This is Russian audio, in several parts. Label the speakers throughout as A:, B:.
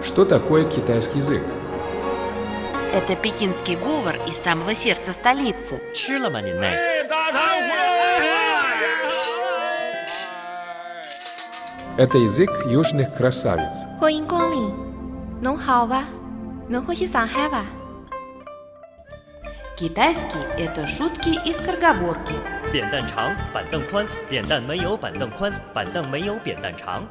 A: Что такое китайский язык?
B: Это пекинский говор из самого сердца столицы.
A: Это язык южных красавиц.
C: 欢迎光临，侬好哇，侬欢喜上海哇？
B: Китайский – это шутки из скороговорки.
D: 扁担长，板凳宽，扁担没有板凳宽，板凳没有扁担长。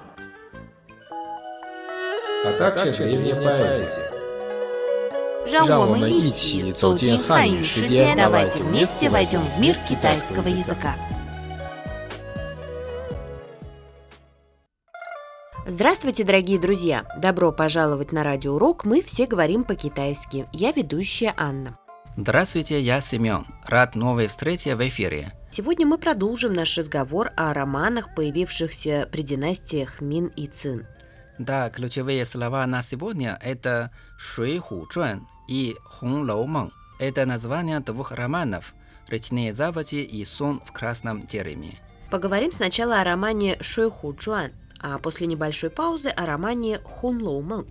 A: А также древняя поэзия.
B: 让我们一起走进汉语世界，давайте вместе войдем в мир китайского языка. Здравствуйте, дорогие друзья! Добро пожаловать на радиоурок «Мы все говорим по-китайски». Я ведущая Анна.
E: Здравствуйте, я Семен. Рад новой встрече в эфире.
B: Сегодня мы продолжим наш разговор о романах, появившихся при династиях Мин и Цин.
E: Да, ключевые слова на сегодня – это «Шуй Ху Чжуан» и «Хун Лоу Мэн». Это названия двух романов «Речные заводи» и «Сон в красном тереме».
B: Поговорим сначала о романе «Шуй Ху Чжуан», а после небольшой паузы о романе «Хун Лоу Мэн».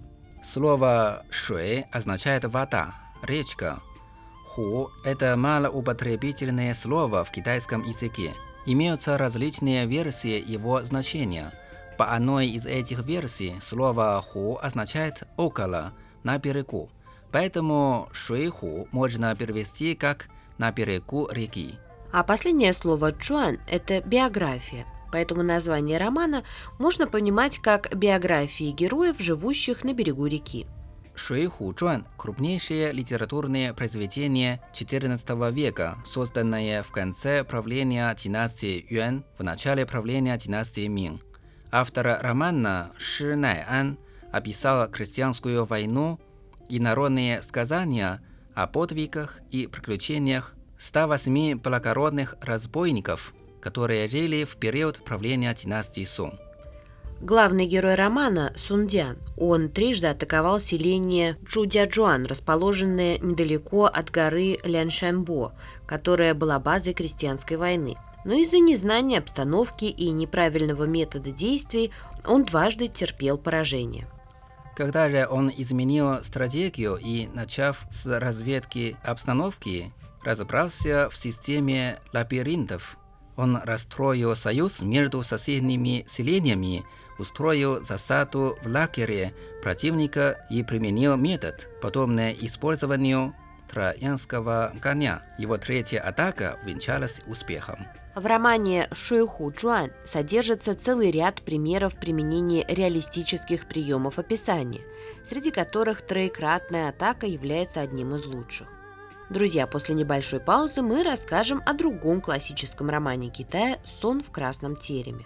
E: Слово «шуй» означает «вода», «речка». «Ху» – это малоупотребительное слово в китайском языке. Имеются различные версии его значения. По одной из этих версий слово «ху» означает «около», «на берегу». Поэтому «шуй-ху» можно перевести как «на берегу реки».
B: А последнее слово «чуан» – это биография. Поэтому название романа можно понимать как биографии героев, живущих на берегу реки.
E: «Шуй Ху Чжуан» – крупнейшее литературное произведение XIV века, созданное в конце правления династии Юань, в начале правления династии Мин. Автор романа Ши Най Ан описал крестьянскую войну и народные сказания о подвигах и приключениях 108 благородных разбойников, которые жили в период правления династии Сун.
B: Главный герой романа – Сундян. Он трижды атаковал селение Чжудяджуан, расположенное недалеко от горы Ляншаньбо, которая была базой крестьянской войны. Но из-за незнания обстановки и неправильного метода действий он дважды терпел поражение.
E: Когда же он изменил стратегию и, начав с разведки обстановки, разобрался в системе лабиринтов, он расстроил союз между соседними селениями, устроил засаду в лагере противника и применил метод, подобный использованию троянского коня. Его третья атака увенчалась успехом.
B: В романе «Шуй Ху Чжуан» содержится целый ряд примеров применения реалистических приемов описания, среди которых троекратная атака является одним из лучших. Друзья, после небольшой паузы мы расскажем о другом классическом романе Китая «Сон в красном тереме».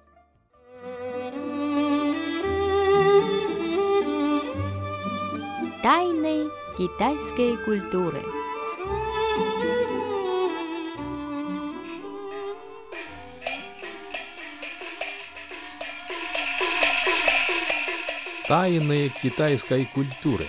C: Тайны китайской культуры.
A: Тайны китайской культуры.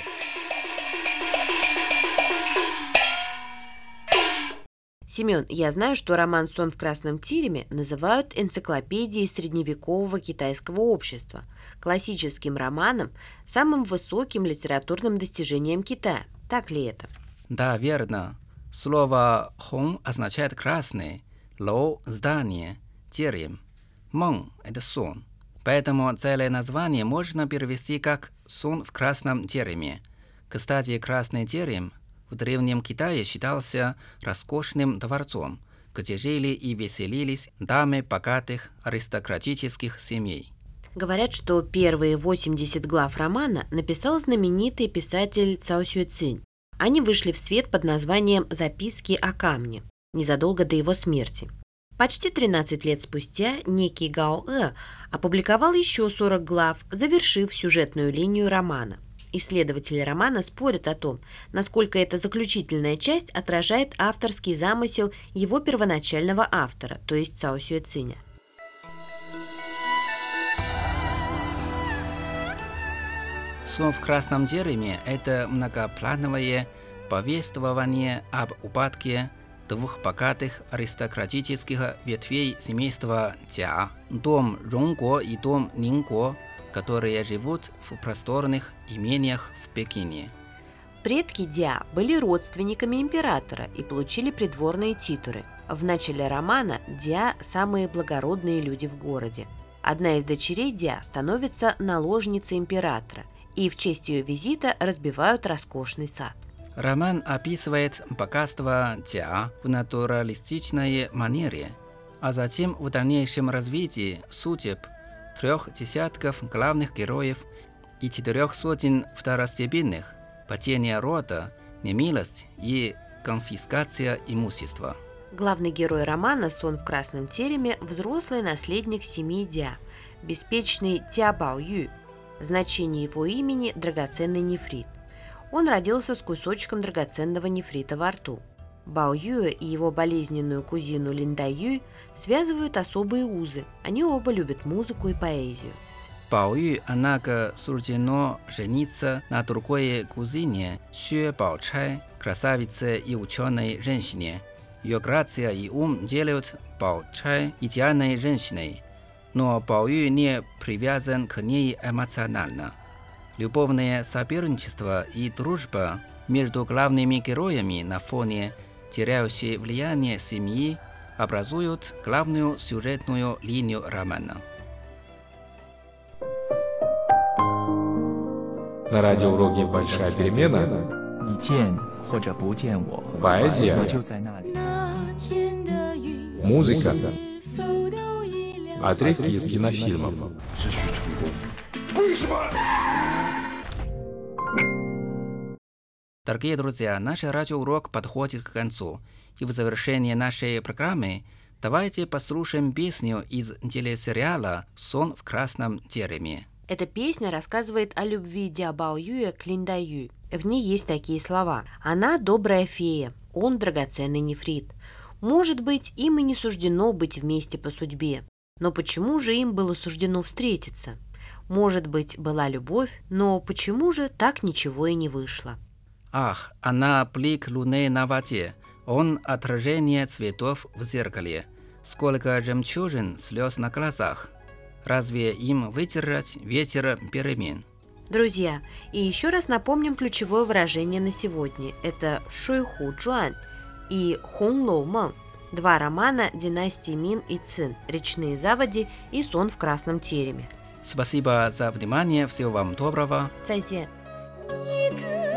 B: Семен, я знаю, что роман «Сон в красном тереме» называют энциклопедией средневекового китайского общества, классическим романом, самым высоким литературным достижением Китая. Так ли это?
E: Да, верно. Слово «хун» означает «красный», «лоу» – «здание», «терем», «мэн» – это «сон». Поэтому целое название можно перевести как «сон в красном тереме». Кстати, красный терем в Древнем Китае считался роскошным дворцом, где жили и веселились дамы богатых аристократических семей.
B: Говорят, что первые 80 глав романа написал знаменитый писатель Цао Сюэцинь. Они вышли в свет под названием «Записки о камне» незадолго до его смерти. Почти 13 лет спустя некий Гао Э опубликовал еще 40 глав, завершив сюжетную линию романа. Исследователи романа спорят о том, насколько эта заключительная часть отражает авторский замысел его первоначального автора, то есть Цао Сюэциня.
E: «Сон в красном тереме» – это многоплановое повествование об упадке двух богатых аристократических ветвей семейства Тя, дом Рунго и дом Нинго, которые живут в просторных имениях в Пекине.
B: Предки Дя были родственниками императора и получили придворные титулы. В начале романа Дя – самые благородные люди в городе. Одна из дочерей Дя становится наложницей императора, и в честь ее визита разбивают роскошный сад.
E: Роман описывает богатство Дя в натуралистичной манере, а затем в дальнейшем развитии судеб 3 десятков главных героев и 400 второстепенных, падение рода, немилость и конфискация имущества.
B: Главный герой романа «Сон в красном тереме» – взрослый наследник семьи Дя, беспечный Дя Бао Ю. Значение его имени – драгоценный нефрит. Он родился с кусочком драгоценного нефрита во рту. Бао Юя и его болезненную кузину Лин Дай Ю связывают особые узы. Они оба любят музыку и поэзию.
E: Бао Ю, однако, суждено жениться на другой кузине Xue Бао Чай, красавице и ученой женщине. Ее грация и ум делают Бао Чай идеальной женщиной, но Бао Ю не привязан к ней эмоционально. Любовное соперничество и дружба между главными героями на фоне теряющей влияние семьи образуют главную сюжетную линию романа.
A: На радиоуроке «Большая перемена» поэзия, музыка, отрывки из кинофильмов.
E: Дорогие друзья, наш радиоурок подходит к концу, и в завершении нашей программы давайте послушаем песню из телесериала «Сон в красном тереме».
B: Эта песня рассказывает о любви Дя Бао Юя к Лин Дай Ю. В ней есть такие слова: «Она добрая фея, он драгоценный нефрит. Может быть, им и не суждено быть вместе по судьбе. Но почему же им было суждено встретиться? Может быть, была любовь, но почему же так ничего и не вышло?»
E: Ах, она блик луны на воде, он отражение цветов в зеркале. Сколько жемчужин, слез на глазах. Разве им выдержать ветер перемен?
B: Друзья, и еще раз напомним ключевое выражение на сегодня. Это «Шуй Ху Чжуан» и «Хонг Лоу Мэн». Два романа династии Мин и Цин, «Речные заводи» и «Сон в красном тереме».
E: Спасибо за внимание, всего вам доброго.
B: 再见。
C: 一个